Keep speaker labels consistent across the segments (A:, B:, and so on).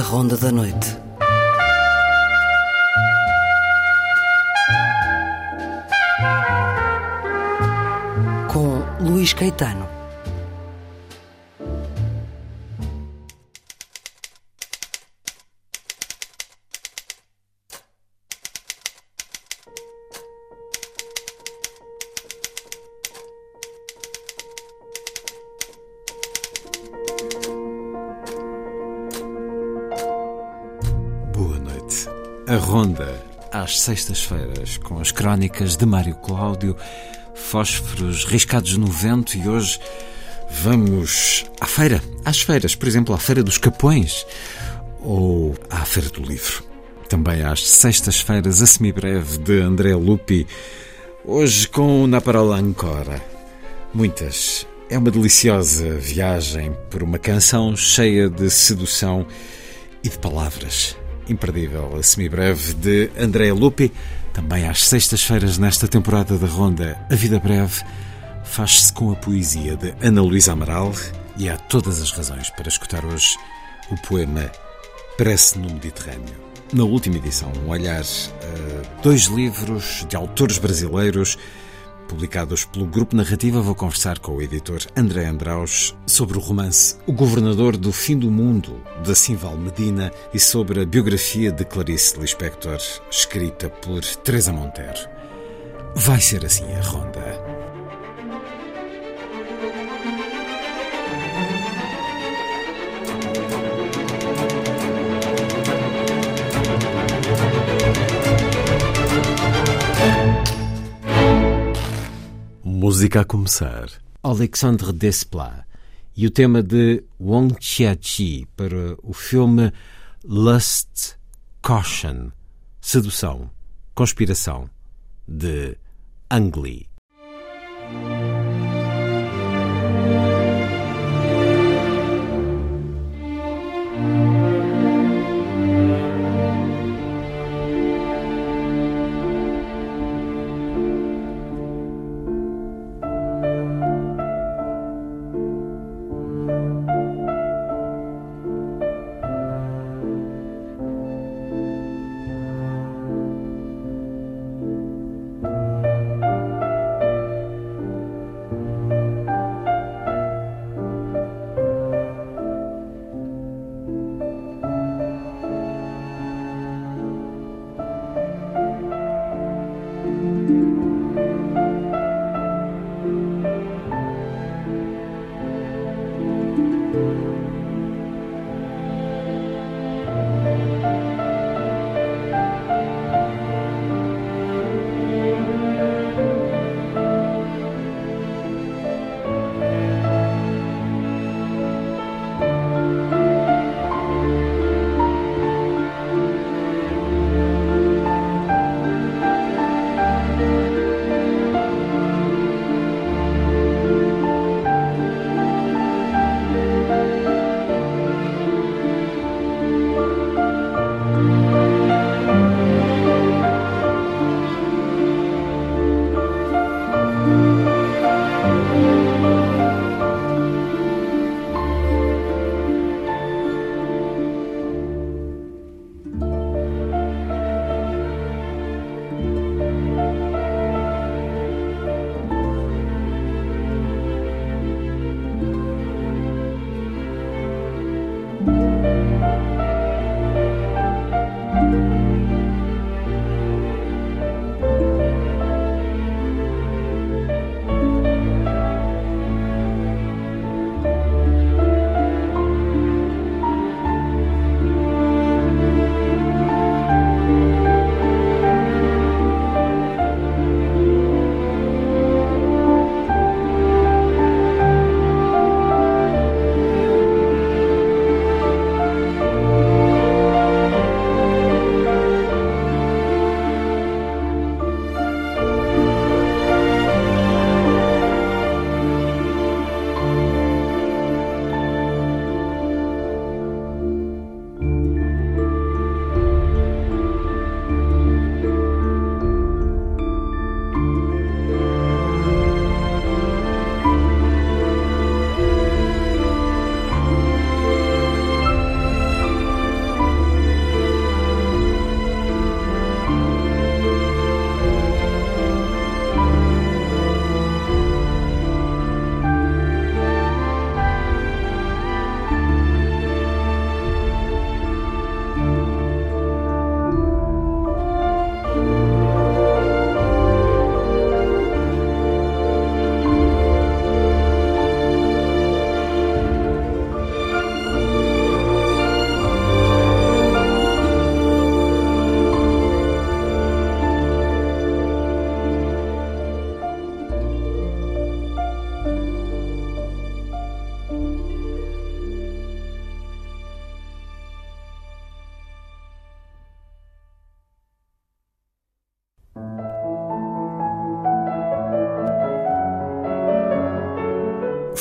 A: Ronda da Noite. Com Luís Caetano.
B: Boa noite. A Ronda, às sextas-feiras, com as crónicas de Mário Cláudio, fósforos riscados no vento, e hoje vamos à feira. Às feiras, por exemplo, à Feira dos Capões ou à Feira do Livro. Também às sextas-feiras, a semibreve de André Lupi, hoje com Na Parola Ancora. Muitas. É uma deliciosa viagem por uma canção cheia de sedução e de palavras. Imperdível, a semibreve de André Lupi. Também às sextas-feiras, nesta temporada da Ronda, A Vida Breve faz-se com a poesia de Ana Luísa Amaral, e há todas as razões para escutar hoje o poema Prece no Mediterrâneo. Na última edição, um olhar a dois livros de autores brasileiros publicados pelo Grupo Narrativa. Vou conversar com o editor André Andraus sobre o romance O Governador do Fim do Mundo, de Simval Medina, e sobre a biografia de Clarice Lispector, escrita por Teresa Monteiro. Vai ser assim a Ronda. Música a começar. Alexandre Desplat e o tema de Wang Chiachi para o filme Lust, Caution, Sedução, Conspiração, de Ang Lee.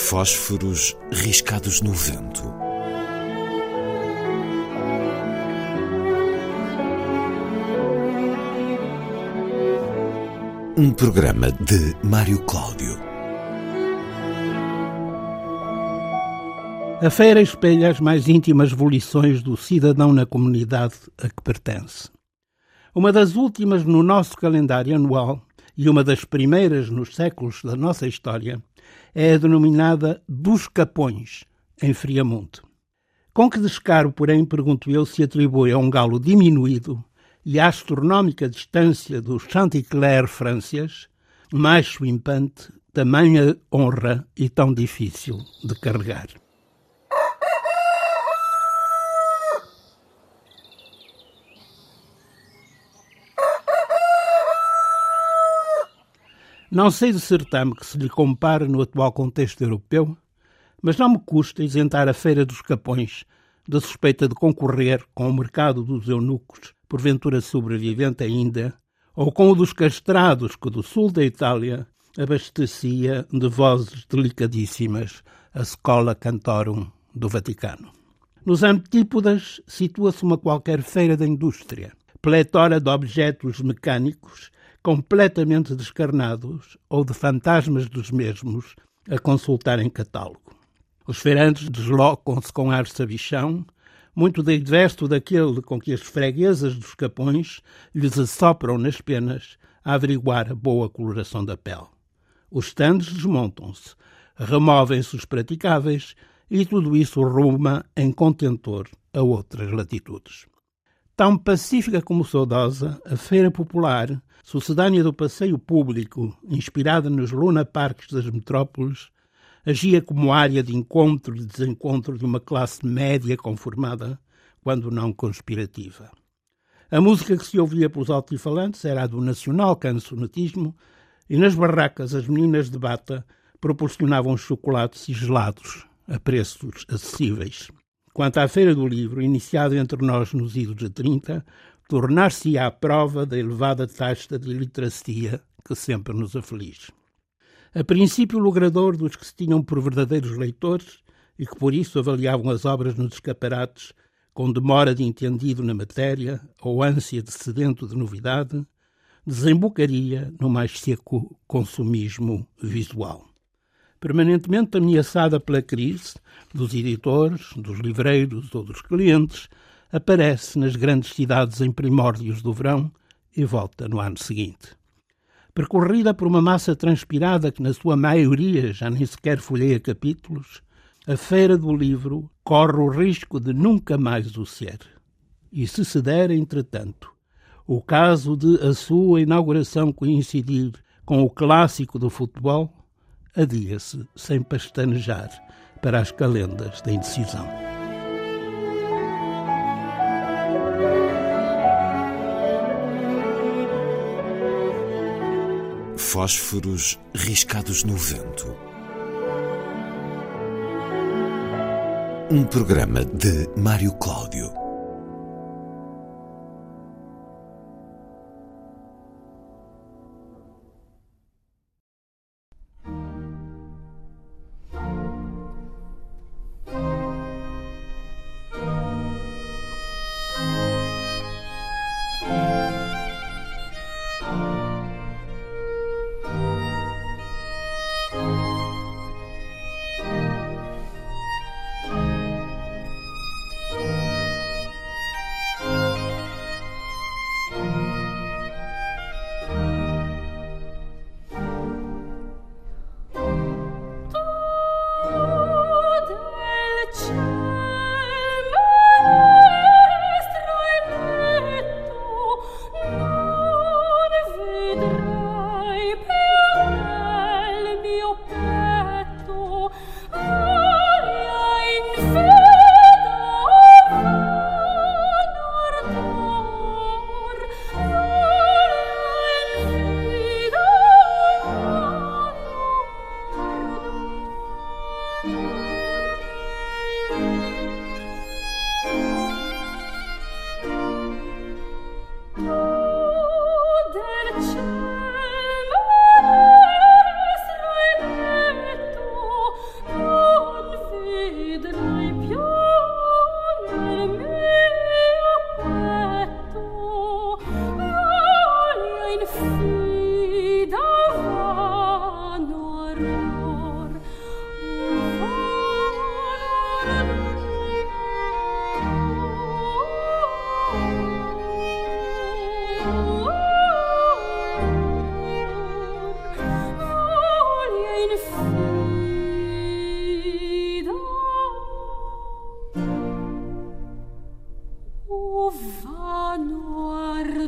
B: Fósforos riscados no vento. Um programa de Mário Cláudio.
C: A feira espelha as mais íntimas volições do cidadão na comunidade a que pertence. Uma das últimas no nosso calendário anual e uma das primeiras nos séculos da nossa história é a denominada dos Capões, em Friamonte. Com que descaro, porém, pergunto eu, se atribui a um galo diminuído e à astronómica distância do Chanticleer francês, macho impante, tamanha honra e tão difícil de carregar. Não sei de certame que se lhe compare no atual contexto europeu, mas não me custa isentar a Feira dos Capões da suspeita de concorrer com o mercado dos eunucos, porventura sobrevivente ainda, ou com o dos castrados que do sul da Itália abastecia de vozes delicadíssimas a Schola Cantorum do Vaticano. Nos antípodas situa-se uma qualquer feira da indústria, pletora de objetos mecânicos completamente descarnados ou de fantasmas dos mesmos a consultar em catálogo. Os feirantes deslocam-se com ar sabichão, muito diverso daquele com que as freguesas dos Capões lhes assopram nas penas a averiguar a boa coloração da pele. Os stands desmontam-se, removem-se os praticáveis e tudo isso ruma em contentor a outras latitudes. Tão pacífica como saudosa, a Feira Popular, sucedânea do passeio público, inspirada nos Luna Parks das metrópoles, agia como área de encontro e desencontro de uma classe média conformada, quando não conspirativa. A música que se ouvia pelos altifalantes era a do nacional cancionetismo e nas barracas as meninas de bata proporcionavam chocolates e gelados a preços acessíveis. Quanto à Feira do Livro, iniciada entre nós nos idos de 30, tornar-se-á a prova da elevada taxa de literacia que sempre nos aflige. A princípio logrador dos que se tinham por verdadeiros leitores e que por isso avaliavam as obras nos escaparates com demora de entendido na matéria ou ânsia de sedento de novidade, desembocaria no mais seco consumismo visual. Permanentemente ameaçada pela crise dos editores, dos livreiros ou dos clientes, aparece nas grandes cidades em primórdios do verão e volta no ano seguinte. Percorrida por uma massa transpirada que na sua maioria já nem sequer folheia capítulos, a Feira do Livro corre o risco de nunca mais o ser. E se se der, entretanto, o caso de a sua inauguração coincidir com o clássico do futebol, adia-se sem pestanejar para as calendas da indecisão.
B: Fósforos riscados no vento. Um programa de Mário Cláudio.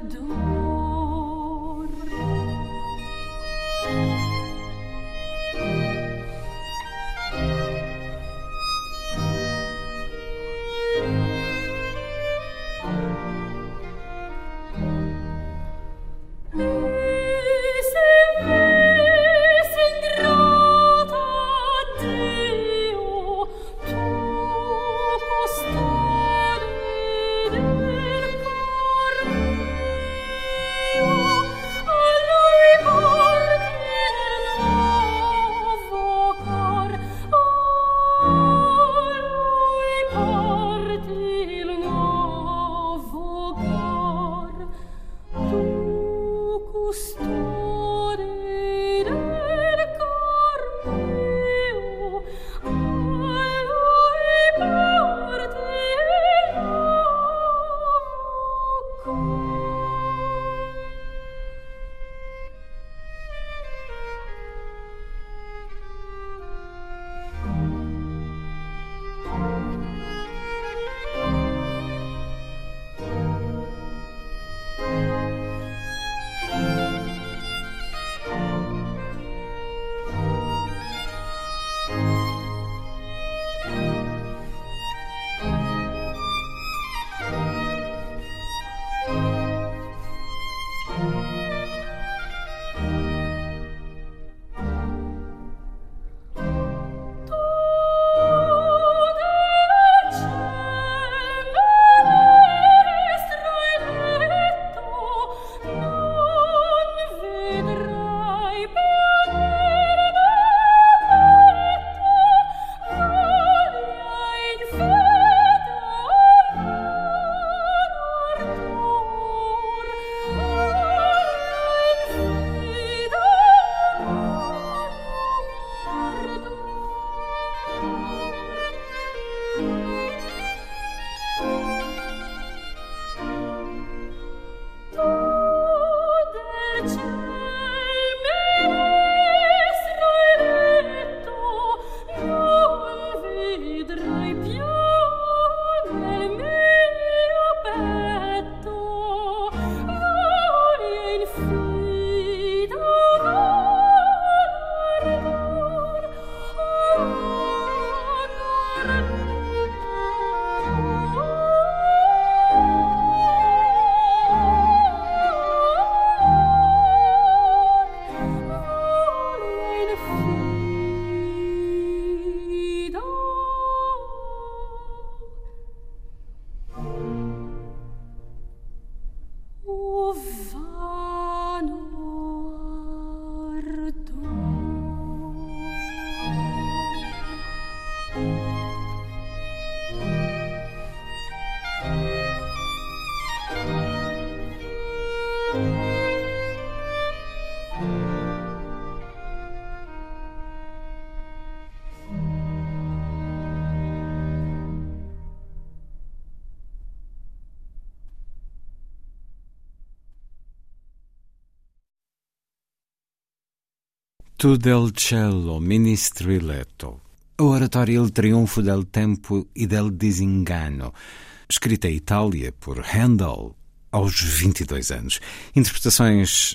B: Tu del cielo ministri letto, a oratória Il triunfo del tempo e del disengano, escrita em Itália por Handel aos 22 anos. Interpretações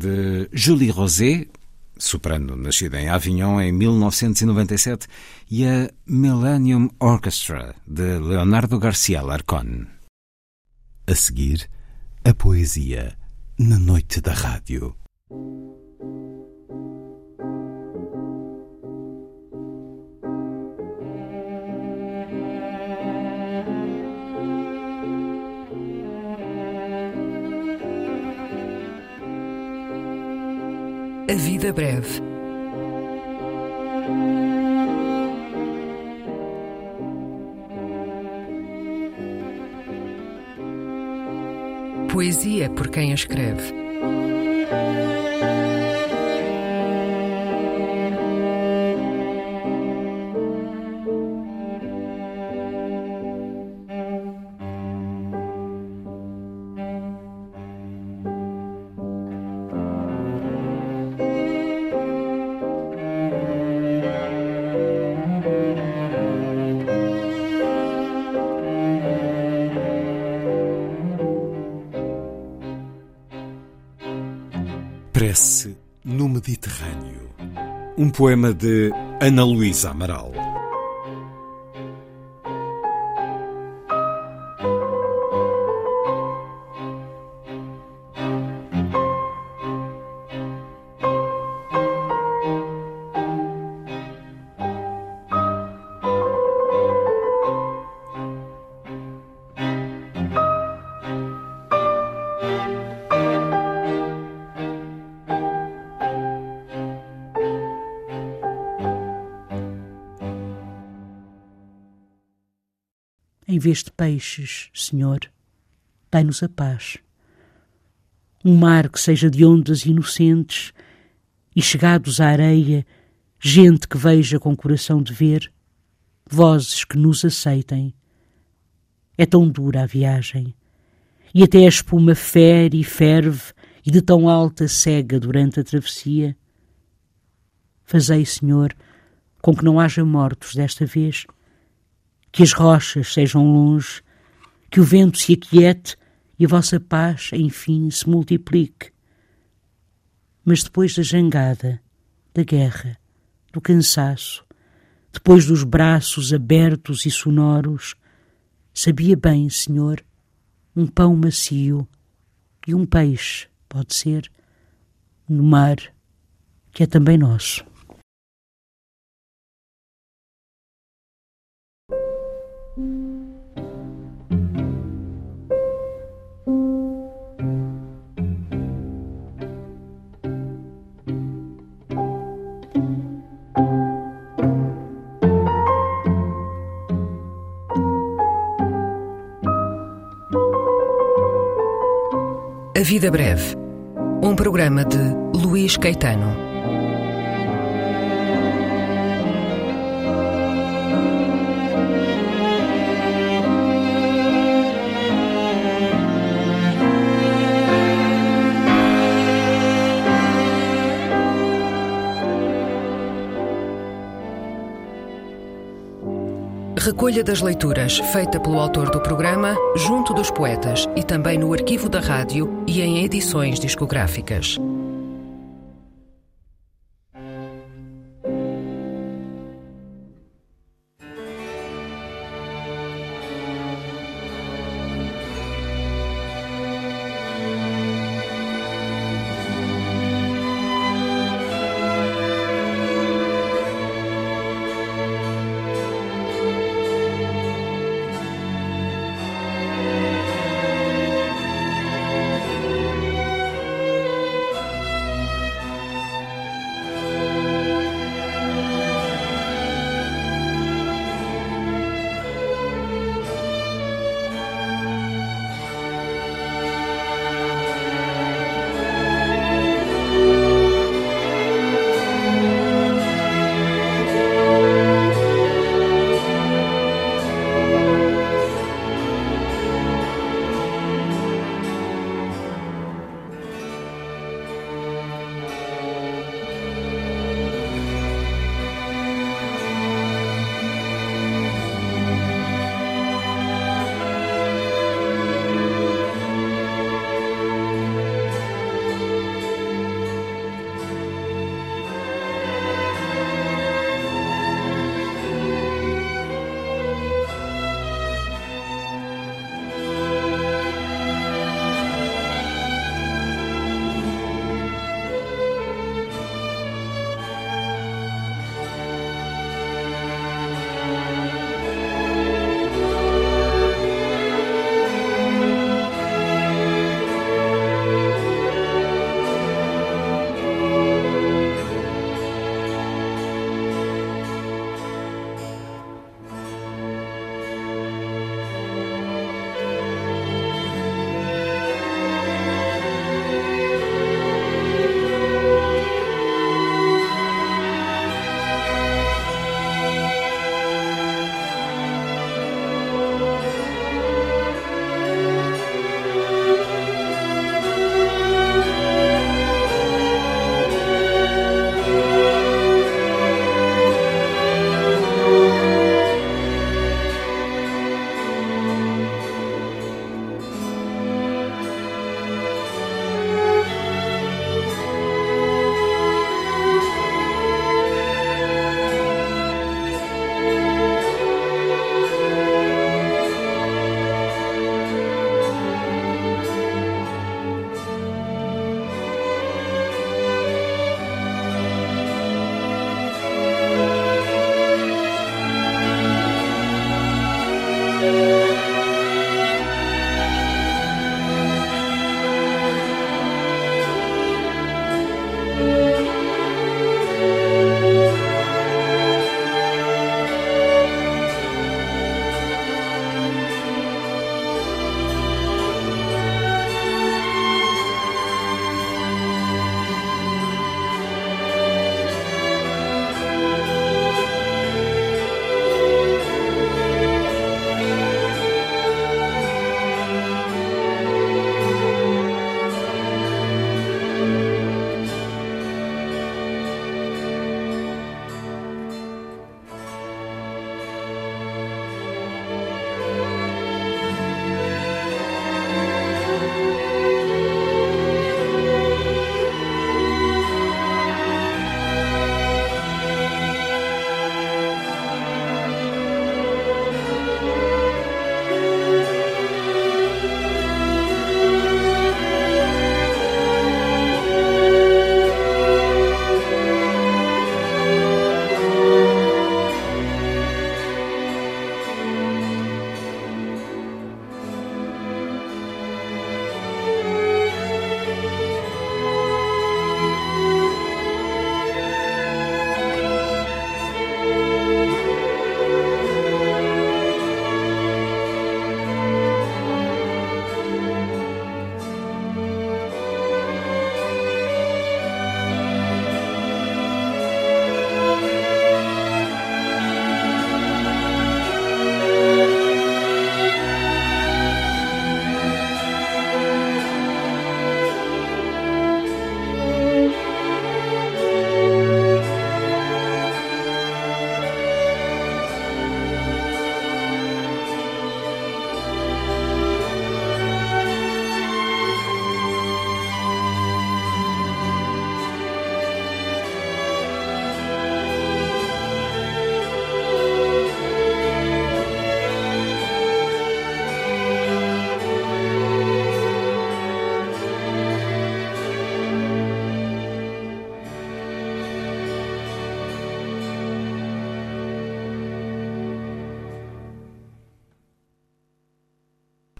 B: de Julie Rosé, soprano nascida em Avignon em 1997, e a Millennium Orchestra de Leonardo Garcia Larcón. A seguir, a poesia na noite da rádio.
A: A vida breve. Poesia por quem a escreve.
B: Prece no Mediterrâneo. Um poema de Ana Luísa Amaral.
D: Em vez de peixes, Senhor, dai-nos a paz. Um mar que seja de ondas inocentes e, chegados à areia, gente que veja com coração de ver, vozes que nos aceitem. É tão dura a viagem, e até a espuma fere e ferve, e de tão alta cega durante a travessia. Fazei, Senhor, com que não haja mortos desta vez, que as rochas sejam longe, que o vento se aquiete e a vossa paz, enfim, se multiplique. Mas depois da jangada, da guerra, do cansaço, depois dos braços abertos e sonoros, sabia bem, Senhor, um pão macio e um peixe, pode ser, no mar, que é também nosso.
A: A Vida Breve, um programa de Luís Caetano. Recolha das leituras feita pelo autor do programa, junto dos poetas e também no arquivo da rádio e em edições discográficas.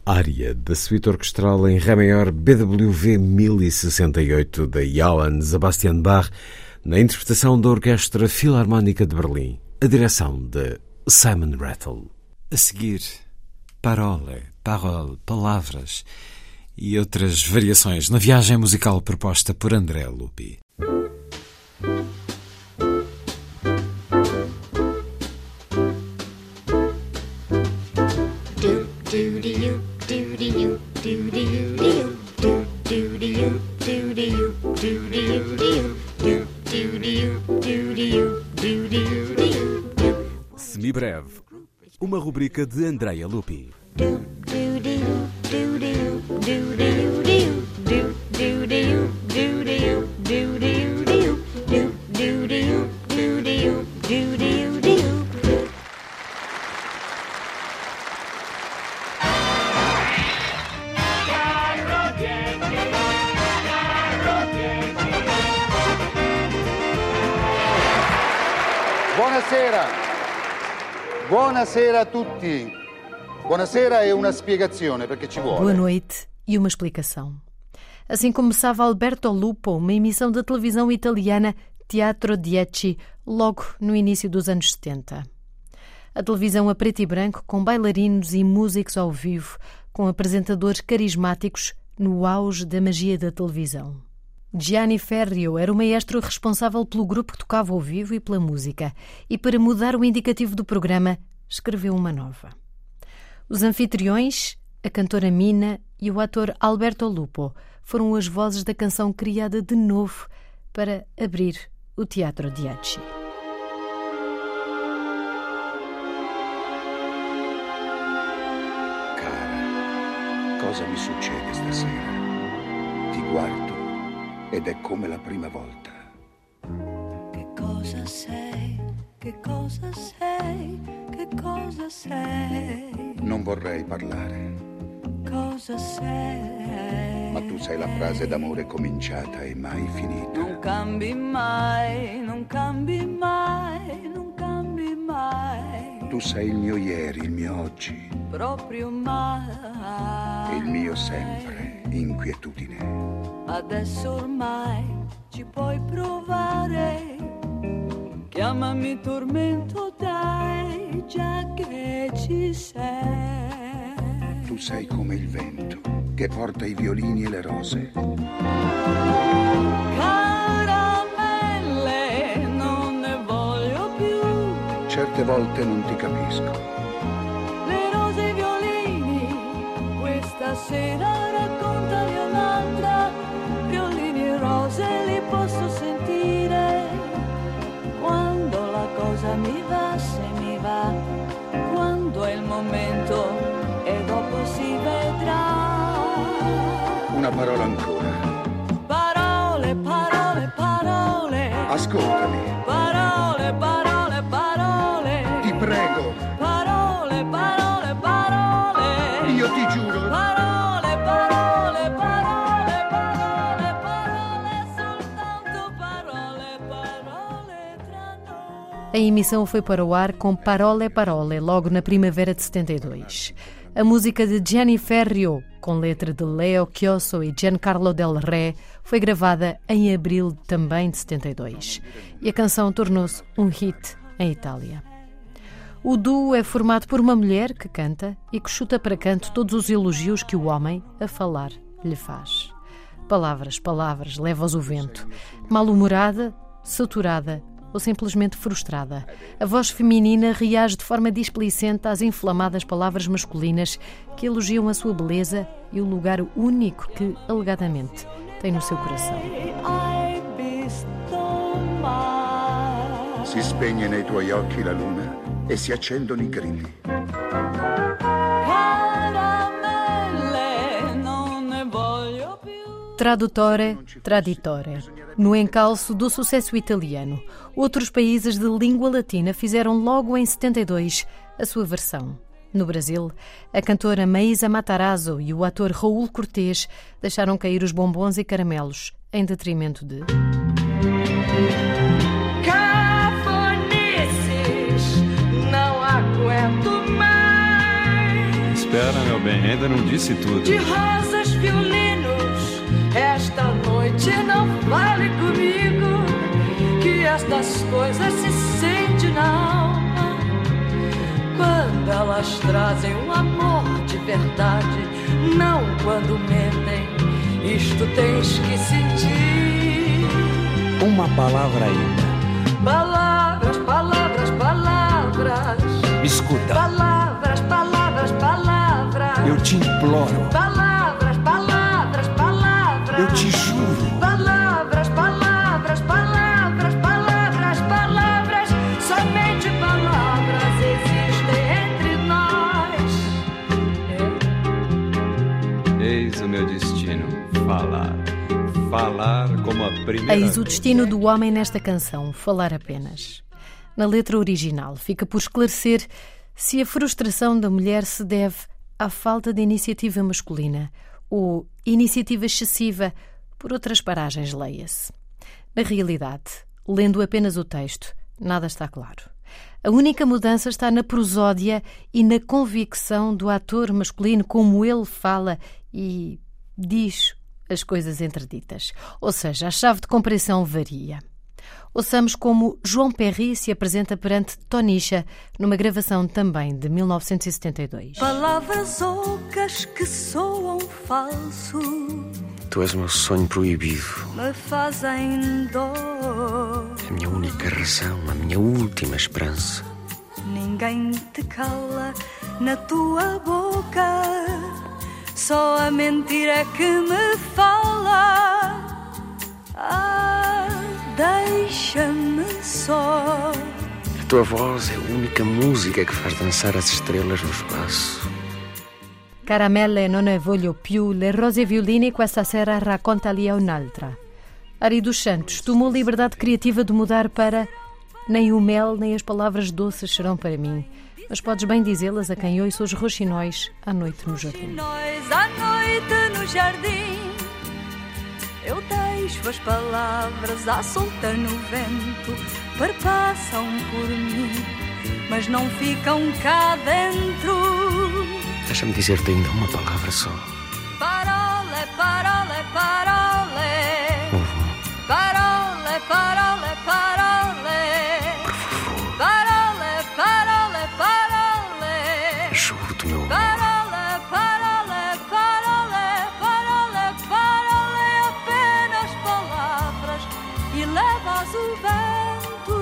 B: área da suíte orquestral em Ré maior BWV 1068 de Johann Sebastian Bach, na interpretação da Orquestra Filarmónica de Berlim, a direção de Simon Rattle. A seguir, parole, palavras e outras variações na viagem musical proposta por André Lupi.
E: Semibreve, uma rubrica de Andrea Lupi.
F: Buonasera a tutti. Buonasera e una spiegazione, perché ci vuole.
G: Boa noite e uma explicação. Assim começava Alberto Lupo, uma emissão da televisão italiana Teatro 10, logo no início dos anos 70. A televisão a preto e branco, com bailarinos e músicos ao vivo, com apresentadores carismáticos no auge da magia da televisão. Gianni Ferrio era o maestro responsável pelo grupo que tocava ao vivo e pela música, e para mudar o indicativo do programa, escreveu uma nova. Os anfitriões, a cantora Mina e o ator Alberto Lupo, foram as vozes da canção criada de novo para abrir o Teatro 10.
H: Cara, cosa mi succede stasera? Ti guardo ed è come la prima volta.
I: Che cosa sei? Che cosa sei? Che cosa sei?
H: Non vorrei parlare.
I: Cosa sei?
H: Ma tu sei la frase d'amore cominciata e mai finita.
I: Non cambi mai, non cambi mai, non cambi mai.
H: Tu sei il mio ieri, il mio oggi.
I: Proprio mai.
H: E il mio sempre, inquietudine.
I: Adesso ormai ci puoi provare. Chiamami tormento, dai, già che ci sei.
H: Tu sei come il vento che porta i violini e le rose.
I: Caramelle, non ne voglio più.
H: Certe volte non ti capisco.
I: Le rose e i violini, questa sera raccontali un'altra. Violini e rose li posso sentire. Quando la cosa mi va, se mi va, quando è il momento e dopo si vedrà.
H: Una parola ancora.
I: Parole, parole, parole.
H: Ascoltami.
I: Parole, parole, parole.
H: Ti prego.
I: Parole, parole, parole.
H: Io ti giuro.
I: Parole, parole, parole, parole, parole, soltanto parole, parole tra noi.
G: A emissão foi para o ar com Parole Parole, logo na primavera de 72. A música de Gianni Ferrio, com letra de Leo Chiosso e Giancarlo Del Re, foi gravada em abril também de 72. E a canção tornou-se um hit em Itália. O duo é formado por uma mulher que canta e que chuta para canto todos os elogios que o homem, a falar, lhe faz. Palavras, palavras, leva-os o vento. Mal-humorada, saturada ou simplesmente frustrada, a voz feminina reage de forma displicente às inflamadas palavras masculinas que elogiam a sua beleza e o lugar único que, alegadamente, tem no seu coração.
H: Si spegne nei tuoi occhi la luna e si accendono i grilli.
G: Traduttore, traditore. No encalço do sucesso italiano, outros países de língua latina fizeram logo em 72 a sua versão. No Brasil, a cantora Maísa Matarazzo e o ator Raul Cortez deixaram cair os bombons e caramelos em detrimento de...
I: Cafoneses, não aguento mais.
B: espera, meu bem, ainda não disse tudo.
I: De rosas, violinos, esta noite não fale comigo, que estas coisas se sentem na alma quando elas trazem um amor de verdade, não quando mentem. Isto tens que sentir.
H: Uma palavra ainda.
I: Palavras, palavras, palavras.
H: Escuta.
I: Palavras, palavras, palavras.
H: Eu te imploro.
I: Palavras, palavras, palavras.
H: Eu te juro.
I: Palavras, palavras, palavras, palavras, palavras. Somente palavras existem entre nós.
B: Eis o meu destino, falar. Falar como a primeira.
G: Eis o destino do homem nesta canção, falar apenas. Na letra original fica por esclarecer se a frustração da mulher se deve à falta de iniciativa masculina ou iniciativa excessiva por outras paragens, leia-se. Na realidade, lendo apenas o texto, nada está claro. A única mudança está na prosódia e na convicção do ator masculino, como ele fala e diz as coisas entreditas. Ou seja, a chave de compreensão varia. Ouçamos como João Perry se apresenta perante Tonisha numa gravação também de 1972.
I: Palavras ocas que soam falso.
J: Tu és o meu sonho proibido.
I: Me fazem dor.
J: A minha única razão, a minha última esperança.
I: Ninguém te cala na tua boca. Só a mentira que me fala. Deixa-me só.
J: A tua voz é a única música que faz dançar as estrelas no espaço.
G: Caramelle non ne voglio più, le rose violini questa sera raccontali a un'altra. Ari dos Santos tomou liberdade criativa de mudar para nem o mel nem as palavras doces serão para mim, mas podes bem dizê-las a quem ouça os roxinóis à noite no jardim.
I: À noite no jardim. Eu deixo as palavras à solta no vento, perpassam por mim, mas não ficam cá dentro.
J: Deixa-me dizer-te ainda uma palavra só.
I: Parole, parole, parole. Parole, parole, parole.
J: Por favor.
I: Parole, parole, parole.
J: Juro-te, meu amor.
I: Parole, parole, parole, parole, parole. Apenas palavras e levas o vento.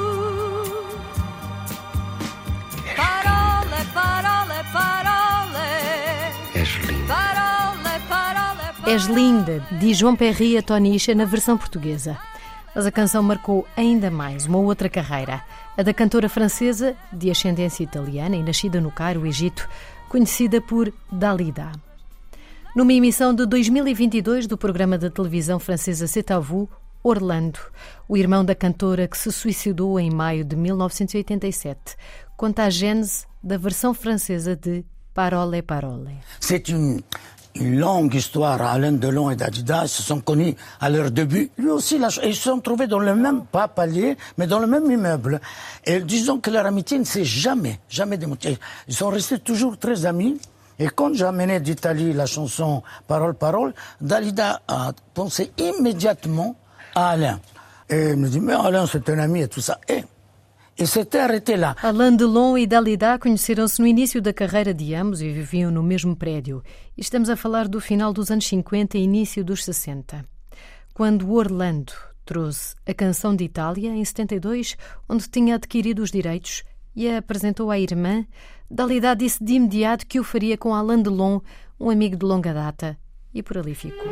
I: Parole, parole, parole.
J: És linda.
I: Parole, parole, parole.
G: És linda, diz João Perry a Tonisha na versão portuguesa. Mas a canção marcou ainda mais uma outra carreira, a da cantora francesa, de ascendência italiana e nascida no Cairo, Egito, conhecida por Dalida. Numa emissão de 2022 do programa da televisão francesa C'est à vous, Orlando, o irmão da cantora que se suicidou em maio de 1987, conta a gênese da versão francesa de Parole, Parole.
K: C'est une longue histoire. Alain Delon et Dalida se sont connus à leur début. Lui aussi, ils se sont trouvés dans le même, pas palier, mais dans le même immeuble. Et disons que leur amitié ne s'est jamais démontrée. Ils sont restés toujours très amis. Et quand j'amenais d'Italie la chanson Parole, Parole, Dalida a pensé immédiatement à Alain. Et il me dit, mais Alain, c'est un ami et tout ça. E s'était arrêté lá.
G: Alain Delon e Dalida conheceram-se no início da carreira de ambos e viviam no mesmo prédio. E estamos a falar do final dos anos 50 e início dos 60. Quando Orlando trouxe a canção de Itália, em 72, onde tinha adquirido os direitos, e a apresentou à irmã, Dalida disse de imediato que o faria com Alain Delon, um amigo de longa data, e por ali ficou.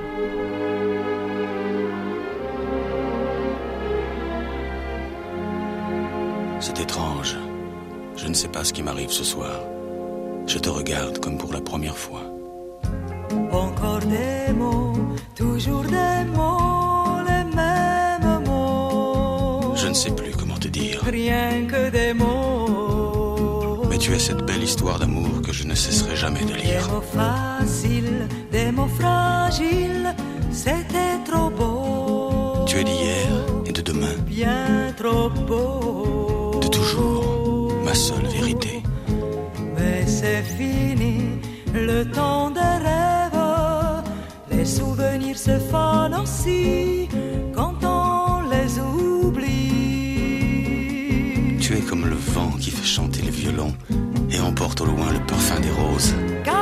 J: C'est étrange. Je ne sais pas ce qui m'arrive ce soir. Je te regarde comme pour la première fois.
I: Encore des mots, toujours des mots, les mêmes mots.
J: Je ne sais plus comment te dire.
I: Rien que des mots.
J: Mais tu es cette belle histoire d'amour que je ne cesserai jamais de lire.
I: Des mots faciles, des mots fragiles, c'était trop beau.
J: Tu es d'hier et de demain.
I: Bien trop beau.
J: De toujours, ma seule vérité.
I: Mais c'est fini, le temps des rêves, les souvenirs se fanent aussi quand on les oublie.
J: Tu es comme le vent qui fait chanter les violons et emporte au loin le parfum des roses.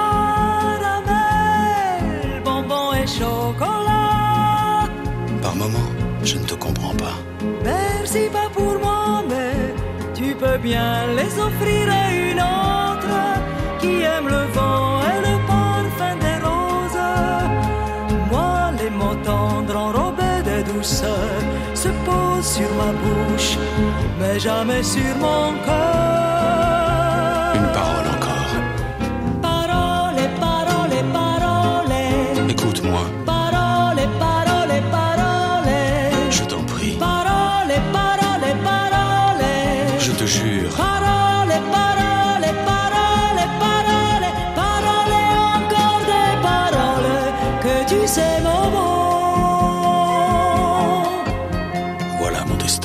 I: Caramel, bonbons et chocolat.
J: Par moments, je ne te comprends pas.
I: Merci pas pour moi, mais tu peux bien les offrir à une autre qui aime le vent et le parfum des roses. Moi, les mots tendres enrobés de douceur se posent sur ma bouche, mais jamais sur mon cœur.
J: Une parole encore.
I: Parole, parole, parole.
J: Écoute-moi.
I: Parole, parole, parole.
J: Je t'en prie.
I: Parole, parole, parole.
J: Je te jure.
I: Parole, parole, parole, parole. Parole, encore des paroles que tu sais mon mot.
J: Voilà mon destin.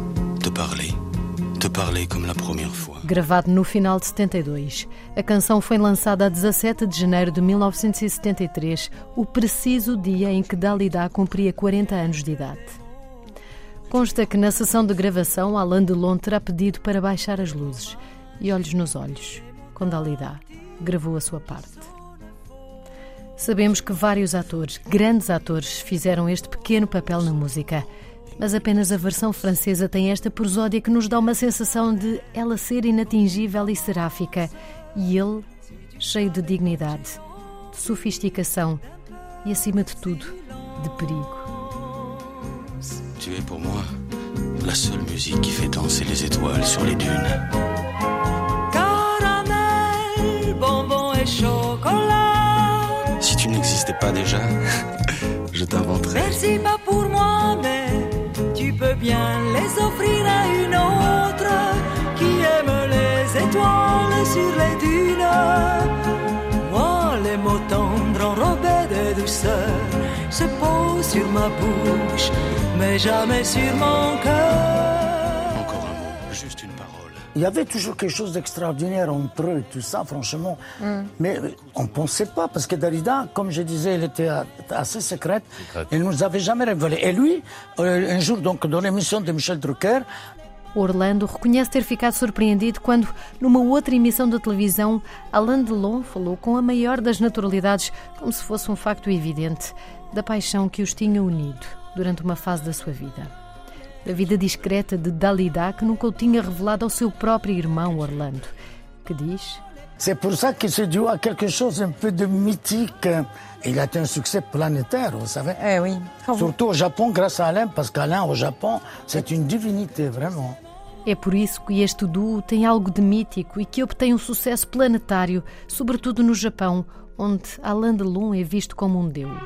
J: Te parler comme la première fois.
G: Gravado no final de 72, a canção foi lançada a 17 de janeiro de 1973, o preciso dia em que Dalida cumpria 40 anos de idade. Consta que na sessão de gravação Alain Delon terá pedido para baixar as luzes e olhos nos olhos, com Dalida gravou a sua parte. Sabemos que vários atores, grandes atores, fizeram este pequeno papel na música, mas apenas a versão francesa tem esta prosódia que nos dá uma sensação de ela ser inatingível e seráfica e ele cheio de dignidade, de sofisticação e, acima de tudo, de perigo.
J: Tu es pour moi la seule musique qui fait danser les étoiles sur les dunes.
I: Caramel, bonbons et chocolat.
J: Si tu n'existais pas déjà, je t'inventerais.
I: Merci pas pour moi, mais tu peux bien les offrir à une autre qui aime les étoiles sur les dunes. Moi, les mots tendres enrobés de douceur se posent sur ma bouche, mais jamais sur mon cœur.
J: Encore un mot, juste une parole.
K: Il y avait toujours quelque chose d'extraordinaire entre eux, tout ça, franchement. Mais on ne pensait pas, parce que Dalida, comme je disais, elle était assez secrète. Elle ne nous avait jamais révélé. Et lui, un jour, donc, dans l'émission de Michel Drucker,
G: Orlando reconhece ter ficado surpreendido quando, numa outra emissão da televisão, Alain Delon falou com a maior das naturalidades, como se fosse um facto evidente, da paixão que os tinha unido durante uma fase da sua vida. Da vida discreta de Dalida, que nunca o tinha revelado ao seu próprio irmão Orlando, que diz...
K: C'est pour ça qu'il se dit à quelque chose un peu de mythique. Il a été un succès planétaire, vous savez.
L: Eh oui.
K: Surtout au Japon, grâce à Alain, parce qu'Alain, au Japon, c'est une divinité, vraiment.
G: É por isso que este duo tem algo de mítico e que obtém um sucesso planetário, sobretudo no Japão, onde Alain Delon é visto como um deus.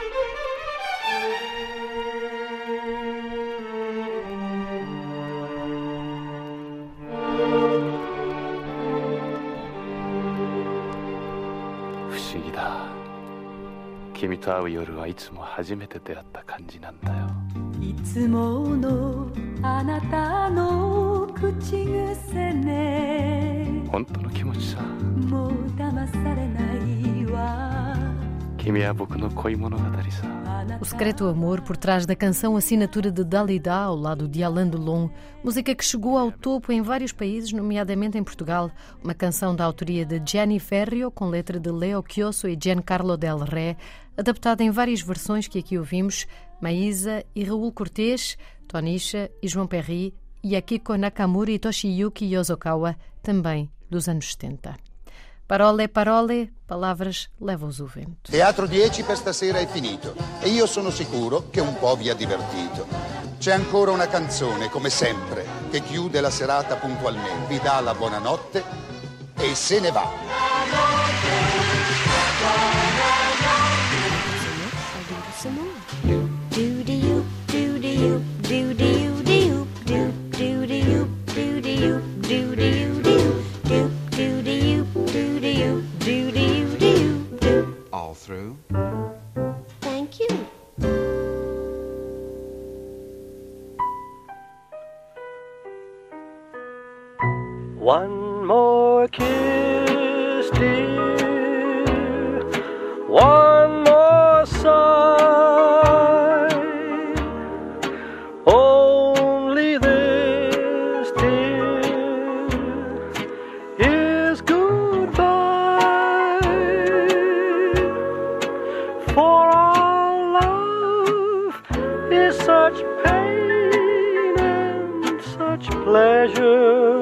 G: O secreto amor por trás da canção assinatura de Dalida ao lado de Alain Delon, música que chegou ao topo em vários países, nomeadamente em Portugal, uma canção da autoria de Gianni Ferrio com letra de Leo Chioso e Giancarlo Del Re, adaptada em várias versões que aqui ouvimos, Maísa e Raul Cortez, Tonisha e João Perry, e Akiko Nakamura e Toshiyuki Yosokawa, também dos anos 70. Parole, parole, palavras levam-os o vento.
F: Teatro 10 per stasera è finito e io sono sicuro che un po' vi ha divertito. C'è ancora una canzone, come sempre, che chiude la serata puntualmente, vi dà la buonanotte e se ne va.
B: All through.
M: Thank you.
N: One more kiss, dear.
L: is such pain and such pleasure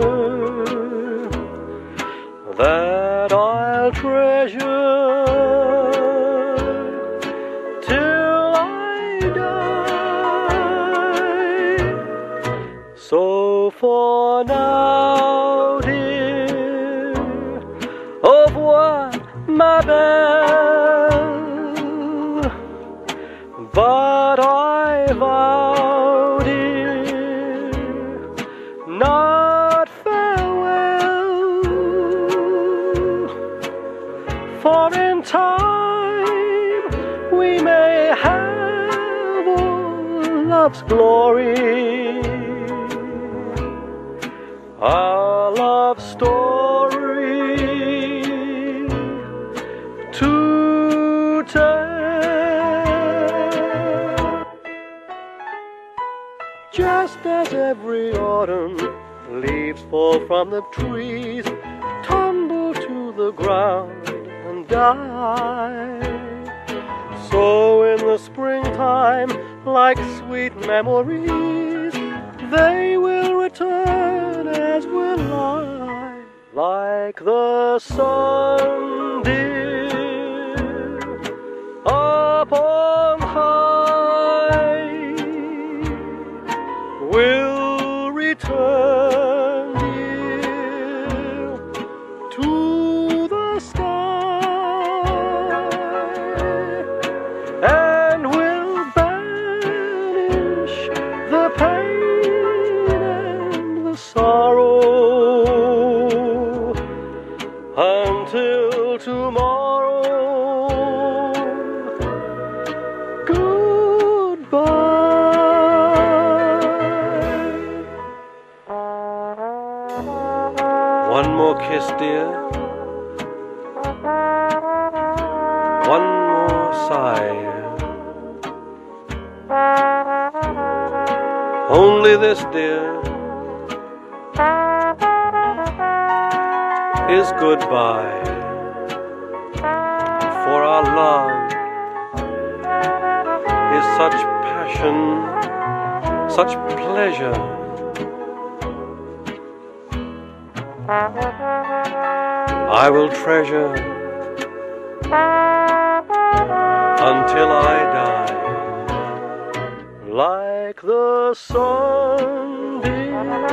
L: that I'll treasure till I die. So for now, dear, au revoir, ma belle, but I vow, dear, not farewell, for in time we may have all love's glory, our love story to tell. Just as every autumn leaves fall from the trees, tumble to the ground and die, so in the springtime, like sweet memories, they will return as will I, like the sun, dear, upon high, will return, dear, to the sky, and will banish the pain and the sorrow until tomorrow. One more kiss, dear. One more sigh. Only this, dear, is goodbye. For our love is such passion, such pleasure. I will treasure until I die, like the sun, dear,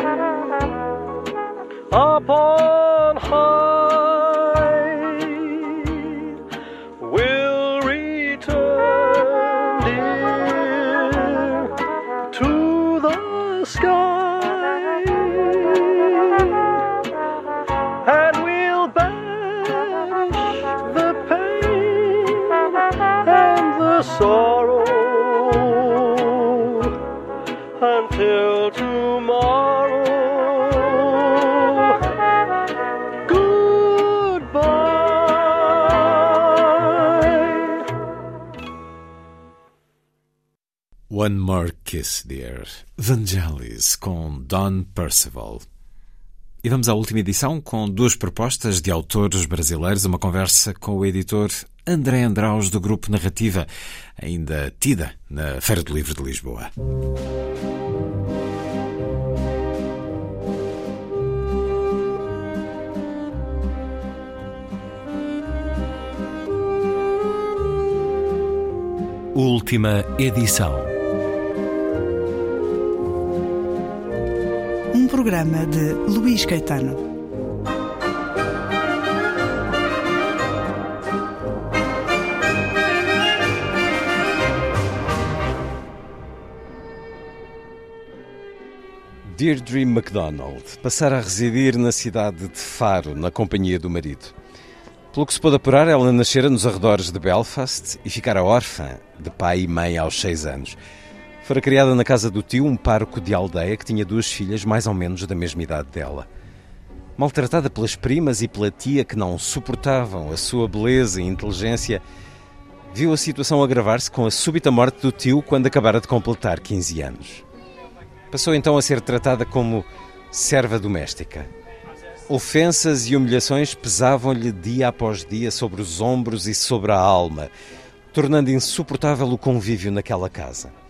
L: upon high, will return, dear, to the sky. Sorrow until tomorrow. Goodbye.
B: One More Kiss, Dear, Vangelis com Don Percival. E vamos à última edição com duas propostas de autores brasileiros, uma conversa com o editor André Andraus do Grupo Narrativa, ainda tida na Feira do Livro de Lisboa.
N: Última edição. Um programa de Luís Caetano.
B: Deirdre MacDonald passara a residir na cidade de Faro, na companhia do marido. Pelo que se pôde apurar, ela nascera nos arredores de Belfast e ficara órfã de pai e mãe aos 6 anos. Fora criada na casa do tio, um pároco de aldeia que tinha 2 filhas mais ou menos da mesma idade dela. Maltratada pelas primas e pela tia que não suportavam a sua beleza e inteligência, viu a situação agravar-se com a súbita morte do tio quando acabara de completar 15 anos. Passou então a ser tratada como serva doméstica. Ofensas e humilhações pesavam-lhe dia após dia sobre os ombros e sobre a alma, tornando insuportável o convívio naquela casa.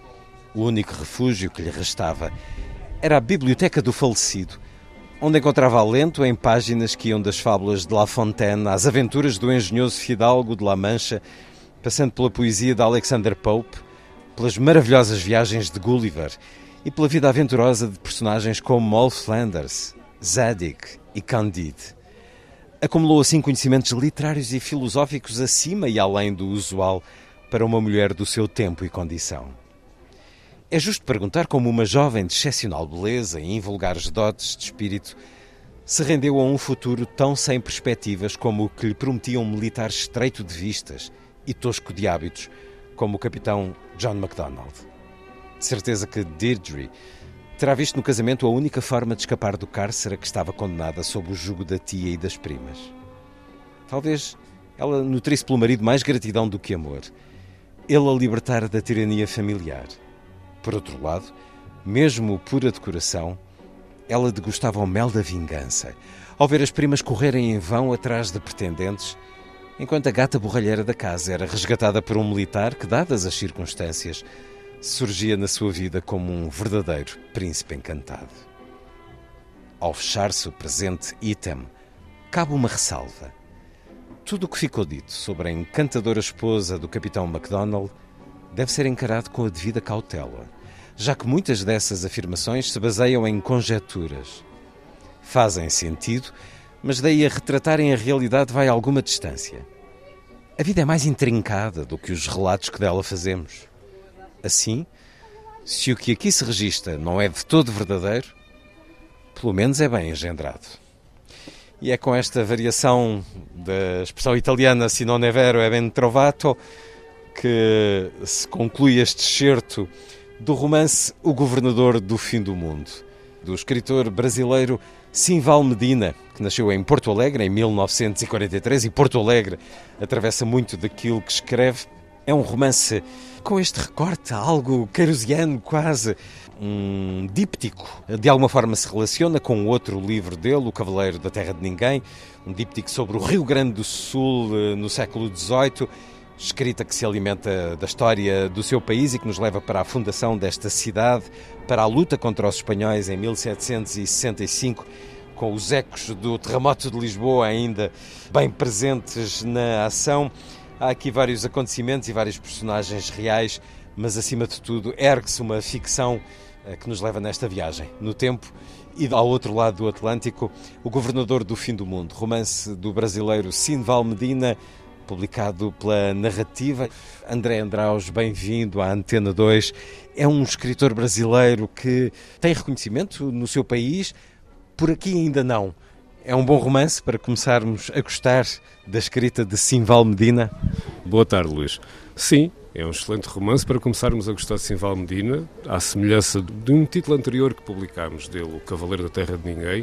B: O único refúgio que lhe restava era a biblioteca do falecido, onde encontrava alento em páginas que iam das fábulas de La Fontaine às aventuras do engenhoso fidalgo de La Mancha, passando pela poesia de Alexander Pope, pelas maravilhosas viagens de Gulliver e pela vida aventurosa de personagens como Moll Flanders, Zadig e Candide. Acumulou assim conhecimentos literários e filosóficos acima e além do usual para uma mulher do seu tempo e condição. É justo perguntar como uma jovem de excepcional beleza e invulgares dotes de espírito se rendeu a um futuro tão sem perspectivas como o que lhe prometia um militar estreito de vistas e tosco de hábitos como o capitão John MacDonald. De certeza que Deirdre terá visto no casamento a única forma de escapar do cárcere a que estava condenada sob o jugo da tia e das primas. Talvez ela nutrisse pelo marido mais gratidão do que amor. Ele a libertara da tirania familiar. Por outro lado, mesmo pura de coração, ela degustava o mel da vingança, ao ver as primas correrem em vão atrás de pretendentes, enquanto a gata borralheira da casa era resgatada por um militar que, dadas as circunstâncias, surgia na sua vida como um verdadeiro príncipe encantado. Ao fechar-se o presente item, cabe uma ressalva. Tudo o que ficou dito sobre a encantadora esposa do capitão MacDonald deve ser encarado com a devida cautela, já que muitas dessas afirmações se baseiam em conjecturas. Fazem sentido, mas daí a retratarem a realidade vai a alguma distância. A vida é mais intrincada do que os relatos que dela fazemos. Assim, se o que aqui se registra não é de todo verdadeiro, pelo menos é bem engendrado. E é com esta variação da expressão italiana "se non è vero è ben trovato" que se conclui este excerto do romance O Governador do Fim do Mundo, do escritor brasileiro Simval Medina, que nasceu em Porto Alegre em 1943, e Porto Alegre atravessa muito daquilo que escreve. É um romance com este recorte, algo queirosiano quase, um díptico. De alguma forma se relaciona com outro livro dele, O Cavaleiro da Terra de Ninguém, um díptico sobre o Rio Grande do Sul no século XVIII, escrita que se alimenta da história do seu país e que nos leva para a fundação desta cidade, para a luta contra os espanhóis em 1765, com os ecos do terremoto de Lisboa ainda bem presentes na ação. Há aqui vários acontecimentos e vários personagens reais, mas acima de tudo ergue-se uma ficção que nos leva nesta viagem no tempo. E ao outro lado do Atlântico, O Governador do Fim do Mundo, romance do brasileiro Simval Medina, publicado pela Narrativa. André Andraus, bem-vindo à Antena 2. É um escritor brasileiro que tem reconhecimento no seu país, por aqui ainda não. É um bom romance para começarmos a gostar da escrita de Simval Medina?
O: Boa tarde, Luís. Sim, é um excelente romance para começarmos a gostar de Simval Medina, à semelhança de um título anterior que publicámos dele, O Cavaleiro da Terra de Ninguém.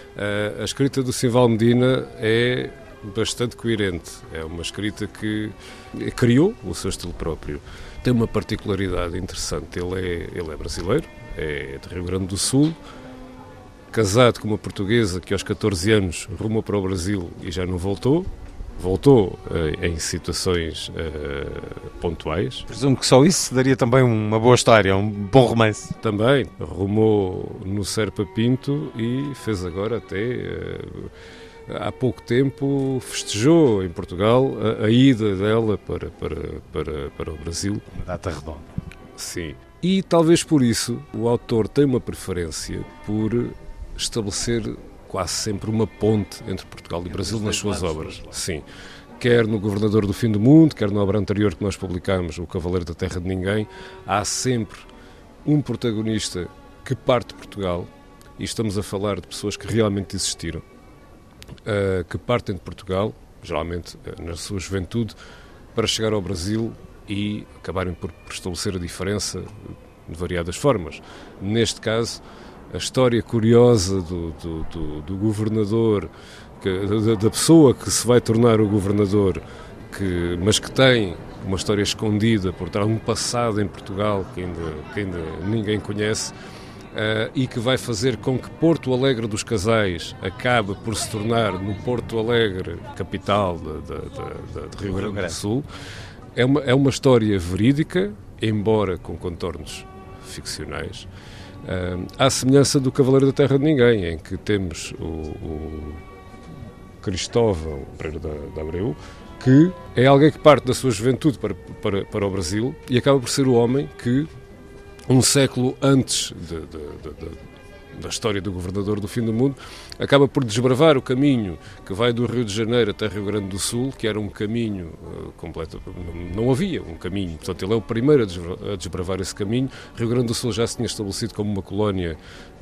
O: A escrita do Simval Medina é bastante coerente. É uma escrita que criou o seu estilo próprio. Tem uma particularidade interessante. Ele é brasileiro, é de Rio Grande do Sul, casado com uma portuguesa que aos 14 anos rumou para o Brasil e já não voltou. Voltou em situações pontuais.
B: Presumo que só isso daria também uma boa história, um bom romance.
O: Também. Rumou no Serpa Pinto e fez agora até... há pouco tempo festejou em Portugal a ida dela para o Brasil.
B: Uma data redonda.
O: Sim. E talvez por isso o autor tem uma preferência por estabelecer quase sempre uma ponte entre Portugal e Brasil nas suas obras. Sim. Quer no Governador do Fim do Mundo, quer na obra anterior que nós publicámos, O Cavaleiro da Terra de Ninguém, há sempre um protagonista que parte de Portugal, e estamos a falar de pessoas que realmente existiram, que partem de Portugal, geralmente na sua juventude, para chegar ao Brasil e acabarem por estabelecer a diferença de variadas formas. Neste caso, a história curiosa do governador, da pessoa que se vai tornar o governador, mas que tem uma história escondida por trás, um passado em Portugal que ainda ninguém conhece, e que vai fazer com que Porto Alegre dos Casais acabe por se tornar no Porto Alegre, capital de Rio Grande do Sul. É uma história verídica, embora com contornos ficcionais, à semelhança do Cavaleiro da Terra de Ninguém, em que temos o Cristóvão Pereira de Abreu, que é alguém que parte da sua juventude para o Brasil e acaba por ser o homem que, um século antes da história do governador do fim do mundo, acaba por desbravar o caminho que vai do Rio de Janeiro até Rio Grande do Sul, que era um caminho completo, não havia um caminho, portanto ele é o primeiro a desbravar esse caminho. Rio Grande do Sul já se tinha estabelecido como uma colónia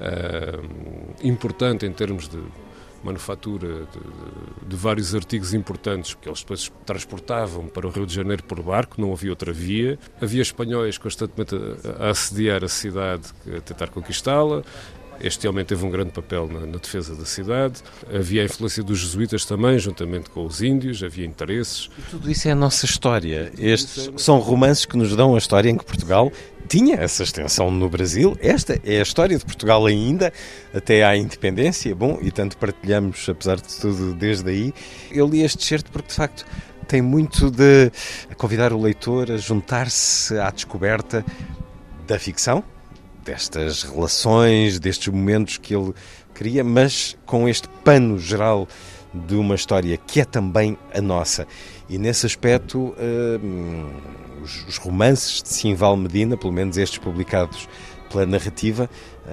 O: importante em termos de manufatura de vários artigos importantes que eles depois transportavam para o Rio de Janeiro por barco, não havia outra via. Havia espanhóis constantemente a assediar a cidade, a tentar conquistá-la. Este homem teve um grande papel na defesa da cidade. Havia a influência dos jesuítas também, juntamente com os índios, havia interesses.
B: E tudo isso é a nossa história. Estes são romances que nos dão a história em que Portugal tinha essa extensão no Brasil. Esta é a história de Portugal ainda, até à independência. Bom, e tanto partilhamos, apesar de tudo, desde aí. Eu li este excerto porque, de facto, tem muito de convidar o leitor a juntar-se à descoberta da ficção, destas relações, destes momentos que ele cria, mas com este pano geral de uma história que é também a nossa. E nesse aspecto, os romances de Simval Medina, pelo menos estes publicados pela Narrativa,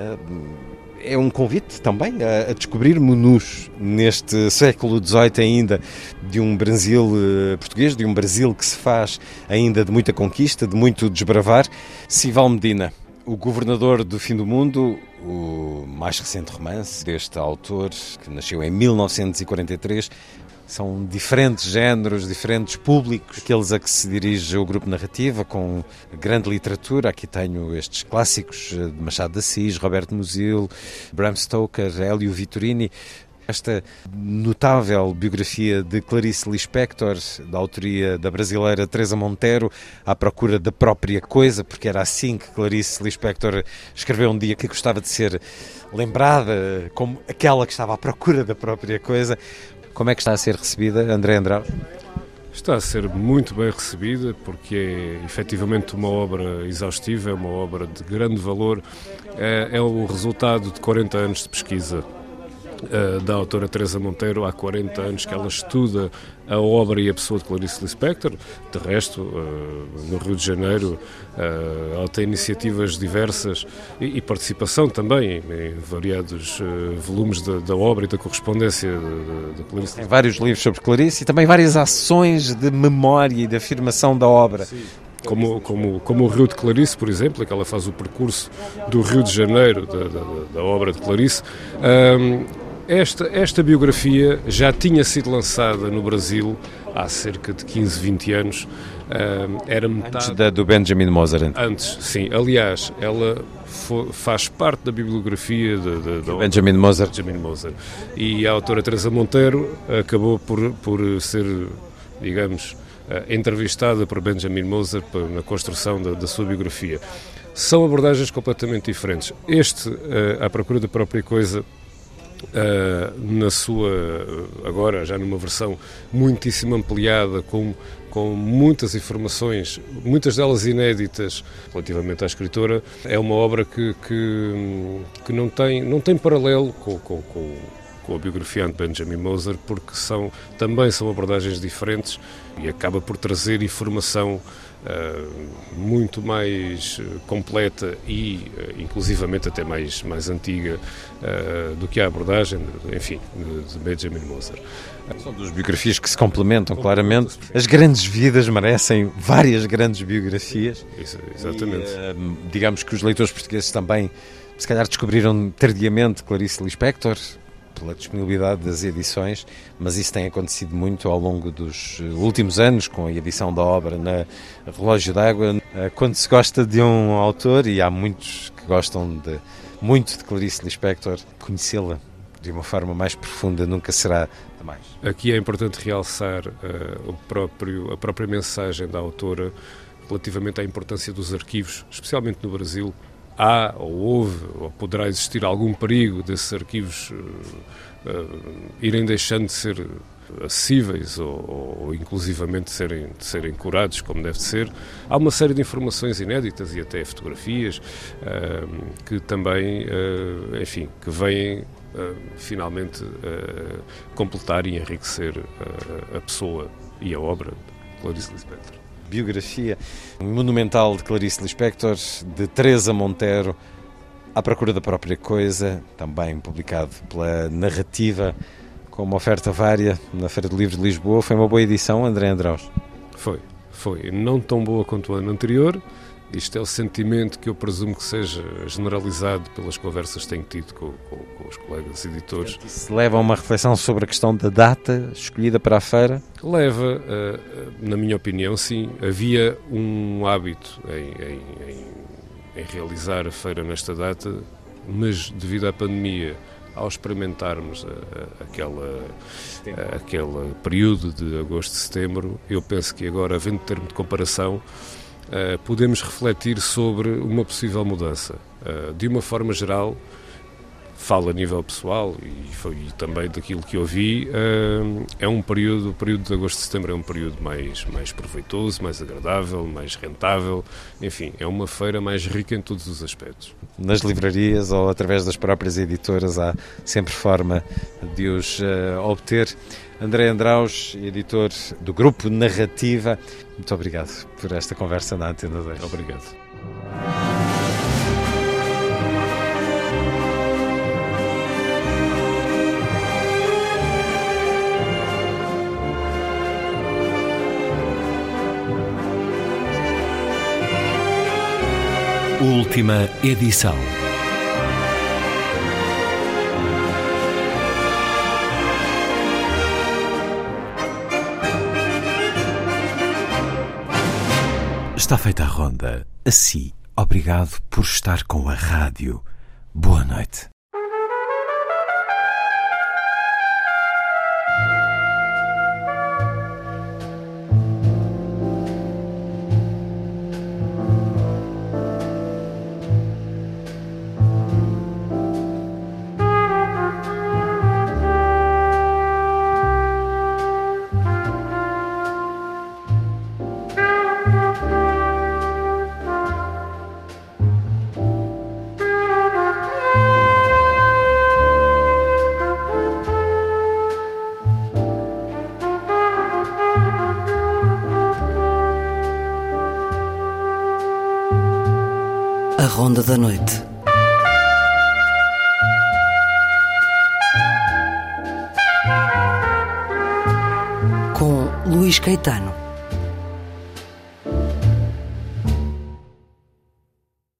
B: é um convite também a descobrirmos-nos neste século XVIII ainda de um Brasil português, de um Brasil que se faz ainda de muita conquista, de muito desbravar. Simval Medina, O Governador do Fim do Mundo, o mais recente romance deste autor, que nasceu em 1943. São diferentes géneros, diferentes públicos, aqueles a que se dirige o Grupo Narrativa, com grande literatura. Aqui tenho estes clássicos de Machado de Assis, Roberto Musil, Bram Stoker, Hélio Vittorini. Esta notável biografia de Clarice Lispector, da autoria da brasileira Teresa Monteiro, à procura da própria coisa, porque era assim que Clarice Lispector escreveu um dia, que gostava de ser lembrada como aquela que estava à procura da própria coisa. Como é que está a ser recebida, André Andrade?
O: Está a ser muito bem recebida, porque é efetivamente uma obra exaustiva, é uma obra de grande valor, é o resultado de 40 anos de pesquisa da autora Teresa Monteiro. Há 40 anos que ela estuda a obra e a pessoa de Clarice Lispector. De resto, no Rio de Janeiro, ela tem iniciativas diversas e participação também em variados volumes da obra e da correspondência de Clarice.
B: Tem vários livros sobre Clarice e também várias ações de memória e de afirmação da obra.
O: Sim. Como o Rio de Clarice, por exemplo, que ela faz o percurso do Rio de Janeiro, da obra de Clarice. Esta biografia já tinha sido lançada no Brasil há cerca de 15, 20 anos. Era metade...
B: Antes do Benjamin Moser.
O: Antes, sim. Aliás, ela faz parte da bibliografia da
B: Benjamin Moser.
O: E a autora Teresa Monteiro acabou por ser, digamos, entrevistada por Benjamin Moser na construção da sua biografia. São abordagens completamente diferentes. À procura da própria coisa, na sua, agora já numa versão muitíssimo ampliada, com muitas informações, muitas delas inéditas relativamente à escritora, é uma obra que não tem paralelo com a biografia de Benjamin Moser, porque também são abordagens diferentes e acaba por trazer informação muito mais completa e inclusivamente até mais antiga do que a abordagem, enfim, de Benjamin Moser.
B: São duas biografias que se complementam claramente. As grandes vidas merecem várias grandes biografias.
O: Isso, exatamente.
B: E, digamos que os leitores portugueses também, se calhar, descobriram tardiamente Clarice Lispector, pela disponibilidade das edições, mas isso tem acontecido muito ao longo dos últimos anos, com a edição da obra na Relógio d'Água. Quando se gosta de um autor, e há muitos que gostam muito de Clarice Lispector, conhecê-la de uma forma mais profunda nunca será demais.
O: Aqui é importante realçar a própria mensagem da autora relativamente à importância dos arquivos, especialmente no Brasil. Há, ou houve, ou poderá existir algum perigo desses arquivos irem deixando de ser acessíveis ou inclusivamente de serem curados como deve ser. Há uma série de informações inéditas e até fotografias que também, enfim, que vêm finalmente completar e enriquecer a pessoa e a obra de Clarice Lispector.
B: Biografia monumental de Clarice Lispector, de Teresa Monteiro, À Procura da Própria Coisa, também publicado pela Narrativa, com uma oferta vária na Feira do Livro de Lisboa. Foi uma boa edição, André Andraus?
O: Foi. Não tão boa quanto o ano anterior. Isto é o sentimento que eu presumo que seja generalizado pelas conversas que tenho tido com os colegas editores.
B: Isso leva a uma reflexão sobre a questão da data escolhida para a feira?
O: Leva, na minha opinião, sim. Havia um hábito em realizar a feira nesta data, mas devido à pandemia, ao experimentarmos aquele período de agosto e setembro, eu penso que agora, havendo termo de comparação, podemos refletir sobre uma possível mudança. De uma forma geral, falo a nível pessoal e também daquilo que eu vi, o período de agosto e setembro é um período mais proveitoso, mais agradável, mais rentável, enfim, é uma feira mais rica em todos os aspectos.
B: Nas livrarias ou através das próprias editoras há sempre forma de os obter. André Andraus, editor do Grupo Narrativa, muito obrigado por esta conversa na Antena 2.
O: Obrigado.
N: Última edição.
B: Está feita a ronda. Assim, obrigado por estar com a rádio. Boa noite.
A: A Ronda da Noite. Com Luís Caetano.